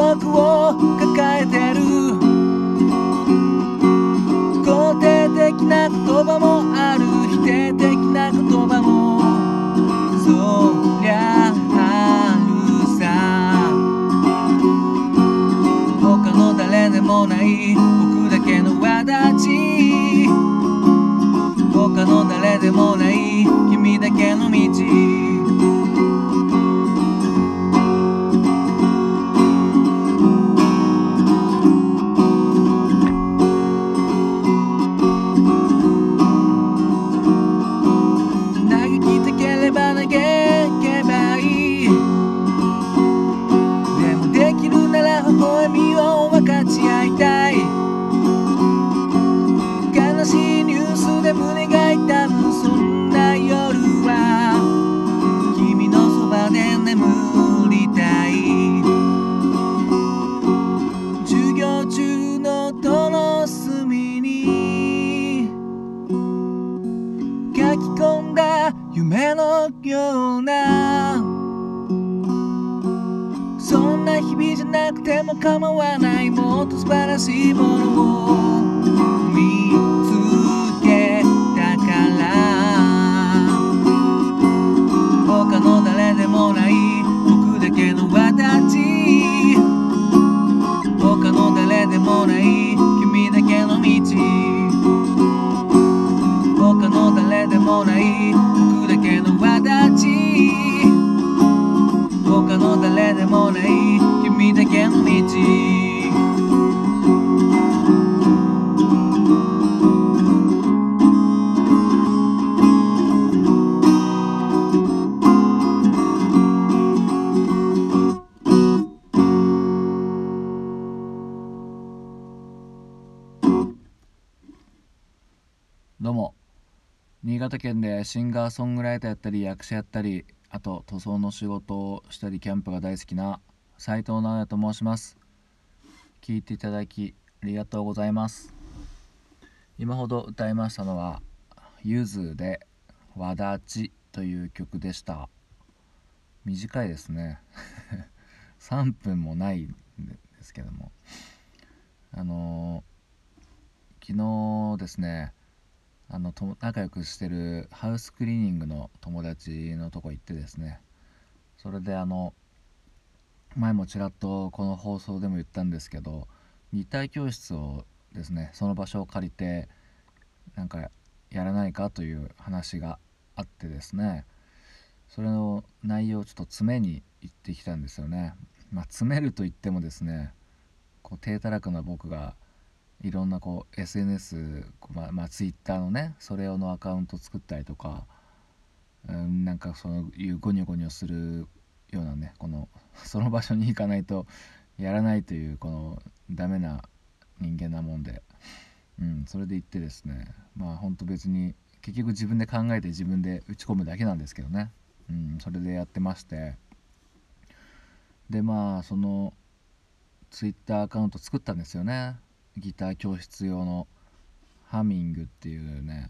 憶を抱えてる。肯定的な言葉もある、否定的な言葉もそりゃあるさ。他の誰でもない僕だけの轍、他の誰でもない君だけの道。嘆きたければ嘆けばいい。でもできるなら微笑みを分かち合いたい。悲しいニュースで胸が痛むそんな夜は君のそばで眠りたい。授業中の音の隅に書き込んだ夢のような、そんな日々じゃなくても構わない、もっと素晴らしいものを見つけたから。他の誰でもない僕だけの轍、他の誰でもない君だけの道。他の誰でもない僕だけの轍、他の誰でもない君だけの道。どうも、新潟県でシンガーソングライターやったり役者やったり、あと塗装の仕事をしたりキャンプが大好きな斉藤直也と申します。聞いていただきありがとうございます。今ほど歌いましたのはゆずでわだちという曲でした。短いですね3分もないんですけども、昨日ですね、仲良くしてるハウスクリーニングの友達のとこ行ってですね、それで前もちらっとこの放送でも言ったんですけど、ギター教室をですね、その場所を借りてなんかやらないかという話があってですね、それの内容をちょっと詰めに行ってきたんですよね。詰めると言ってもですね、低たらくな僕がいろんなSNS、Twitter のね、それ用のアカウント作ったりとか、なんかそういうゴニョゴニョするようなね、その場所に行かないとやらないというこのダメな人間なもんで、それで行ってですね、ほんと別に結局自分で考えて自分で打ち込むだけなんですけどね、それでやってまして、でそのツイッターアカウント作ったんですよね。ギター教室用のハミングっていうね、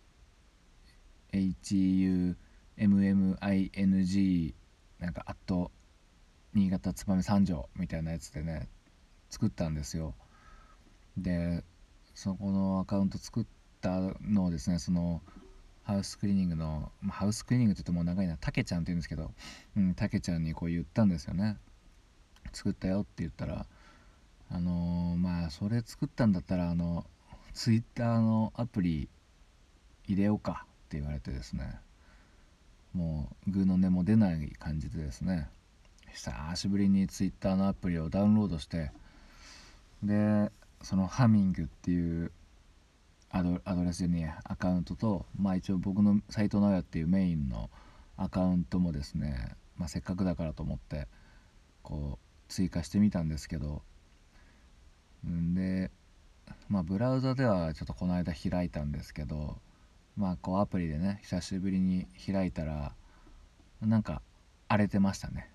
HUMMING なんか新潟燕三条みたいなやつでね作ったんですよ。でそこのアカウント作ったのをですね、そのハウスクリーニングの、ハウスクリーニングって言っても長いな、たけちゃんって言うんですけど、たけちゃんに言ったんですよね。作ったよって言ったら、それ作ったんだったらツイッターのアプリ入れようかって言われてですね、もうグーの音も出ない感じでですね、久しぶりにツイッターのアプリをダウンロードして、でそのハミングっていうアドレスにアカウントと、一応僕の斉藤直也っていうメインのアカウントもですね、せっかくだからと思って追加してみたんですけど、でブラウザではちょっとこの間開いたんですけど、アプリでね久しぶりに開いたらなんか荒れてましたね。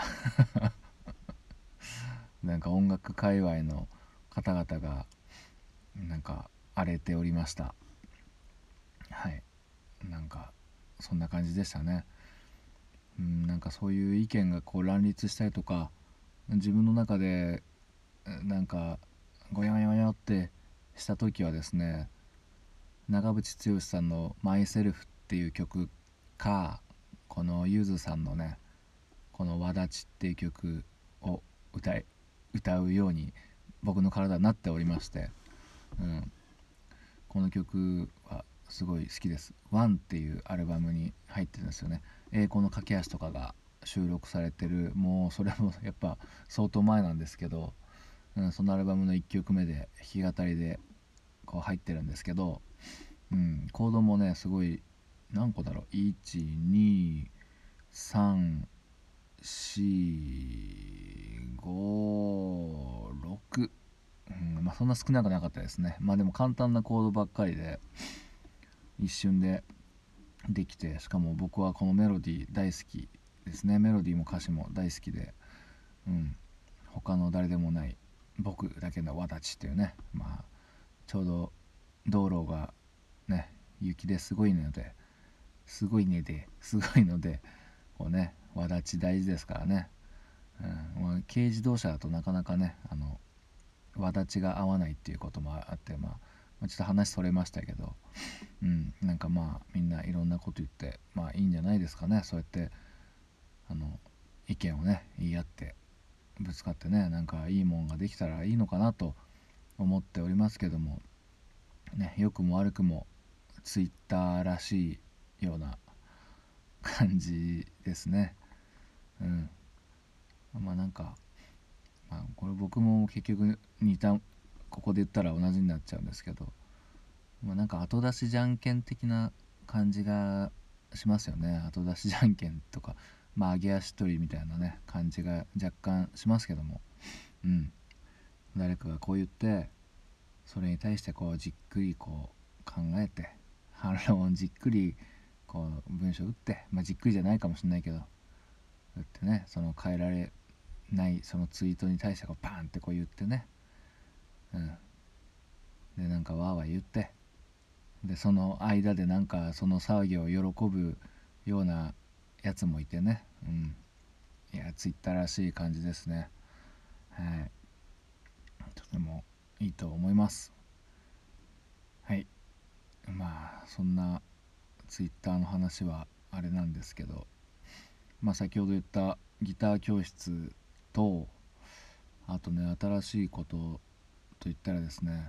なんか音楽界隈の方々がなんか荒れておりました。はい、なんかそんな感じでしたね。なんかそういう意見が乱立したりとか、 自分の中でなんかゴヨゴヨゴヨってした時はですね、長渕剛さんの「マイセルフ」っていう曲か、このゆずさんのね、この「わだち」っていう曲を歌うように僕の体になっておりまして、うん、この曲はすごい好きです。「ワン」っていうアルバムに入ってるんですよね。栄光の架け橋とかが収録されてる、もうそれもやっぱ相当前なんですけど、そのアルバムの1曲目で弾き語りでこう入ってるんですけど、コードもねすごい、何個だろう、1234566、まあそんな少なくなかったですね。まあでも簡単なコードばっかりで一瞬でできて、しかも僕はこのメロディー大好きですね。メロディーも歌詞も大好きで、他の誰でもない僕だけのわだちっていうね、まあちょうど道路がね雪ですごいので、すごいのでこうね、わだち大事ですからね。まあ、軽自動車だとなかなかね、わだちが合わないっていうこともあって、まあちょっと話それましたけど、なんかまあみんないろんなこと言って、まあいいんじゃないですかね。そうやって意見をね言い合ってぶつかってね、なんかいいもんができたらいいのかなと思っておりますけどもね、良くも悪くもツイッターらしいような感じですね。まあなんか、まあ、これ僕も結局似た、ここで言ったら同じになっちゃうんですけど、なんか後出しじゃんけん的な感じがしますよね。後出しじゃんけんとか、まあ揚げ足取りみたいなね感じが若干しますけども、誰かがこう言って、それに対してこうじっくりこう考えて、反論をじっくりこう文章打って、まあじっくりじゃないかもしれないけど打ってね、その変えられないそのツイートに対してこうパーンってこう言ってね、でなんかわーわー言って、でその間でなんかその騒ぎを喜ぶようなやつもいてね、いやツイッターらしい感じですね。はい、とてもいいと思います。はい、まあそんなツイッターの話はあれなんですけど、まあ先ほど言ったギター教室と、あとね新しいことといったらですね、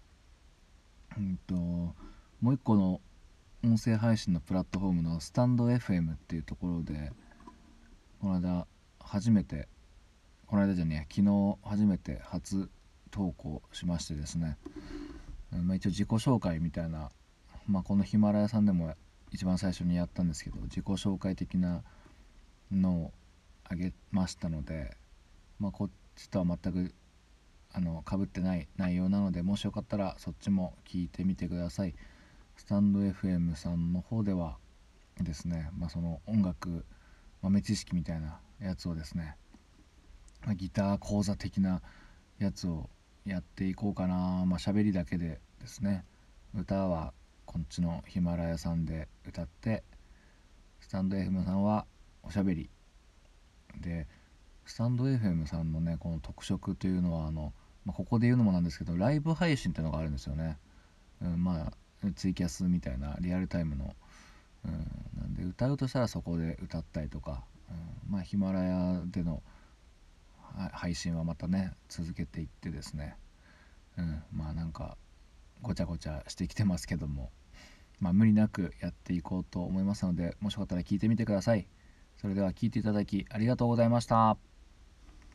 もう一個の音声配信のプラットフォームのスタンド FM っていうところで、この間初めて、この間じゃねえ昨日初めて初投稿しましてですね、一応自己紹介みたいな、このヒマラヤさんでも一番最初にやったんですけど、自己紹介的なのをあげましたので、こっちとは全く被ってない内容なので、もしよかったらそっちも聞いてみてください。スタンド FM さんの方ではですね、その音楽豆知識みたいなやつをですね、ギター講座的なやつをやっていこうかな。喋りだけでですね、歌はこっちのヒマラヤさんで歌って、スタンド FM さんはおしゃべりで、スタンド FM さんのねこの特色というのはここで言うのもなんですけど、ライブ配信っていうのがあるんですよね。ツイキャスみたいなリアルタイムの、なんで歌うとしたらそこで歌ったりとか、ヒマラヤでの配信はまたね続けていってですね、なんかごちゃごちゃしてきてますけども、無理なくやっていこうと思いますので、もしよかったら聞いてみてください。それでは聞いていただきありがとうございました。